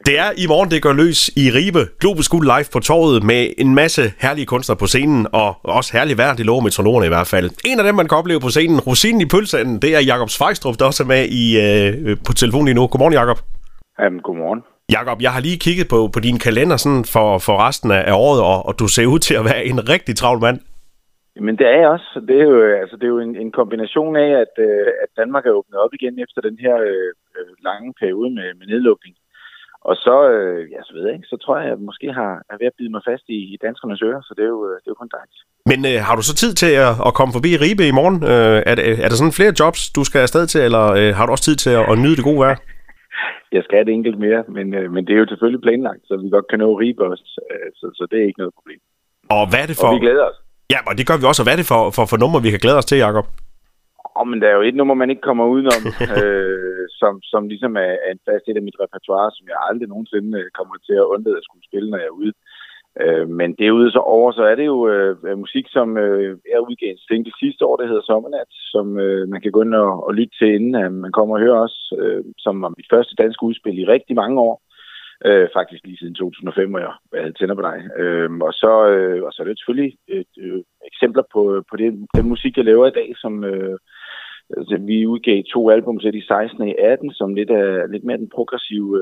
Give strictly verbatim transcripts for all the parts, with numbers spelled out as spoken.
Det er i morgen, det går løs i Ribe. Globus Guld live på torvet med en masse herlige kunstnere på scenen, og også herlig vejr, det lover meteorologerne i hvert fald. En af dem, man kan opleve på scenen, rosinen i pølseenden, det er Jakob Svejstrup, der også er med i, øh, på telefonen lige nu. Godmorgen, Jakob. Jamen, godmorgen. Jakob, jeg har lige kigget på, på din kalender sådan for, for resten af året, og, og du ser ud til at være en rigtig travl mand. Men det er jeg også. Det er jo, altså, det er jo en, en kombination af, at, øh, at Danmark er åbnet op igen efter den her øh, lange periode med, med nedlukning. Og så, øh, ja, så ved jeg ikke, så tror jeg, at jeg måske har, er ved at bide mig fast i, i danskernes ører, så det er jo, det er jo kun dejligt. Men øh, har du så tid til at, at komme forbi Ribe i morgen? Øh, er, det, er der sådan flere jobs, du skal afsted til, eller øh, har du også tid til at, at nyde det gode vejr? Jeg skal have det enkelt mere, men, øh, men det er jo selvfølgelig planlagt, så vi godt kan nå Ribe også, øh, så, så det er ikke noget problem. Og hvad er det for... Og vi glæder os. Ja, og det gør vi også, og hvad er det for, for, for nummer, vi kan glæde os til, Jakob? Oh, men der er jo et nummer, man ikke kommer udenom, øh, som, som ligesom er, er en fast del af mit repertoire, som jeg aldrig nogensinde kommer til at undlade at skulle spille, når jeg er ude. Øh, men derude så over, så er det jo øh, musik, som øh, er udgivet en single sidste år, der hedder Sommernat, som øh, man kan gå ind og, og lytte til, inden at man kommer og hører også, øh, som var mit første danske udspil i rigtig mange år. Øh, faktisk lige siden to tusind og fem, hvor jeg, jeg havde tænder på dig. Øh, og, så, øh, og så er det selvfølgelig et, øh, eksempler på, på det, den musik, jeg laver i dag, som øh, altså, vi udgav to album til de seksten og i atten, som lidt, er, lidt mere den progressive,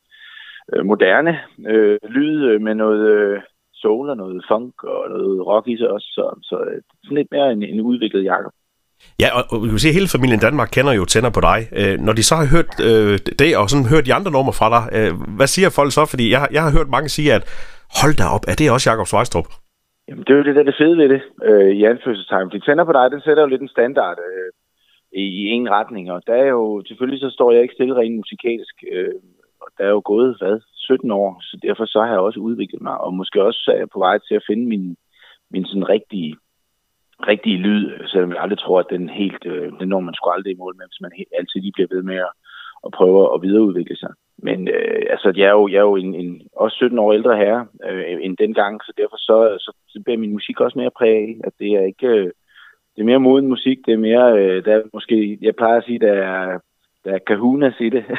øh, moderne øh, lyd med noget øh, soul og noget funk og noget rock i sig også. Så, så sådan lidt mere en, en udviklet Jakob. Ja, og, og du kan se, hele familien Danmark kender jo Tænder på dig. Øh, når de så har hørt øh, det, og sådan hørt de andre numre fra dig, øh, hvad siger folk så? Fordi jeg, jeg har hørt mange sige, at hold da op, er det også Jakob Svejstrup? Jamen, det er jo det, der er det fede ved det øh, i anførselstegn. Fordi Tænder på dig, den sætter jo lidt en standard øh, i, i en retning, og der er jo, selvfølgelig så står jeg ikke stille rent musikalsk, øh, og der er jo gået, hvad, sytten år, så derfor så har jeg også udviklet mig, og måske også er jeg på vej til at finde min, min sådan rigtige rigtige lyd, selvom jeg aldrig tror, at den helt, øh, den når man sgu aldrig i mål med, hvis man helt, altid lige bliver ved med at, at prøve at videreudvikle sig. Men øh, altså, jeg er jo, jeg er jo en, en også sytten år ældre herre øh, end dengang, så derfor så, så, så bliver min musik også mere præget af, at det er ikke, øh, det er mere moden musik, det er mere, øh, der er måske, jeg plejer at sige, der er, der er kahunas i det.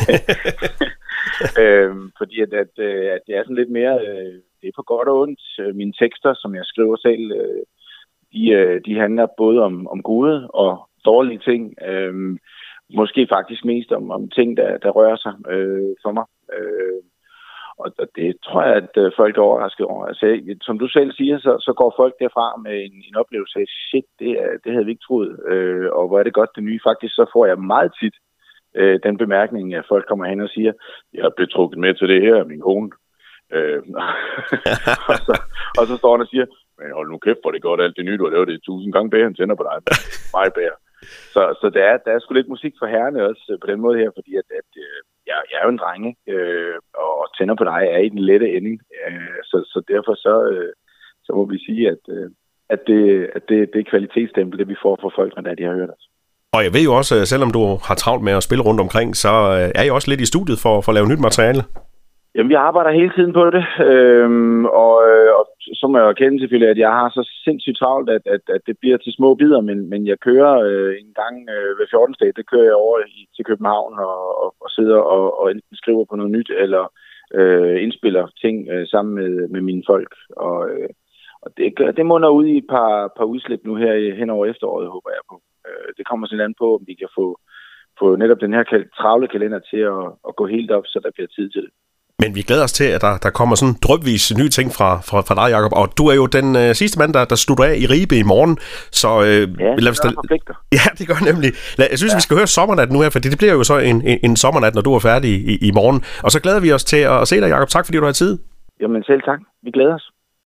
øh, fordi at, at, at det er sådan lidt mere, øh, det er på godt og ondt. Mine tekster, som jeg skriver selv, øh, De, de handler både om, om gode og dårlige ting. Øhm, måske faktisk mest om, om ting, der, der rører sig øh, for mig. Øh, og det tror jeg, at folk er overrasket over. Altså, som du selv siger, så, så går folk derfra med en, en oplevelse af, shit, det, er, det havde vi ikke troet. Øh, og hvor er det godt det nye. Faktisk så får jeg meget tit øh, den bemærkning, at folk kommer hen og siger, jeg er blevet trukket med til det her af min kone. Øh, og, så, og så står han og siger, men hold nu kæft, for det godt alt det nye, du har lavet det tusind gange bedre, end Tænder på dig. Meget bedre. Så, så der, er, der er sgu lidt musik for herrene også på den måde her, fordi at, at jeg, jeg er jo en drenge, øh, og Tænder på dig er i den lette ending. Øh, så, så derfor så, øh, så må vi sige, at, øh, at, det, at det, det er kvalitetsstempel, det vi får fra folk, når de har hørt os. Og jeg ved jo også, selvom du har travlt med at spille rundt omkring, så er jeg også lidt i studiet for, for at lave nyt materiale. Jamen, vi arbejder hele tiden på det, øhm, og, og så må jeg erkende selvfølgelig, at jeg har så sindssygt travlt, at, at, at det bliver til små bidder, men, men jeg kører øh, en gang øh, ved fjorten dag, det kører jeg over i, til København og, og, og sidder og, og enten skriver på noget nyt, eller øh, indspiller ting øh, sammen med, med mine folk. Og, øh, og det, det munder ud i et par, par udslip nu her hen over efteråret, håber jeg på. Øh, det kommer sådan an på, om vi kan få, få netop den her kal- travle kalender til at, at gå helt op, så der bliver tid til det. Men vi glæder os til, at der, der kommer sådan drypvis nye ting fra, fra, fra dig, Jakob. Og du er jo den øh, sidste mand, der, der slutter af i Ribe i morgen. Så øh, ja, lad os da... Ja, det gør nemlig. Lad, jeg synes, ja. vi skal høre Sommernat nu her, for det bliver jo så en, en, en sommernat, når du er færdig i, i morgen. Og så glæder vi os til at se dig, Jakob. Tak, fordi du har tid. Jamen selv tak. Vi glæder os.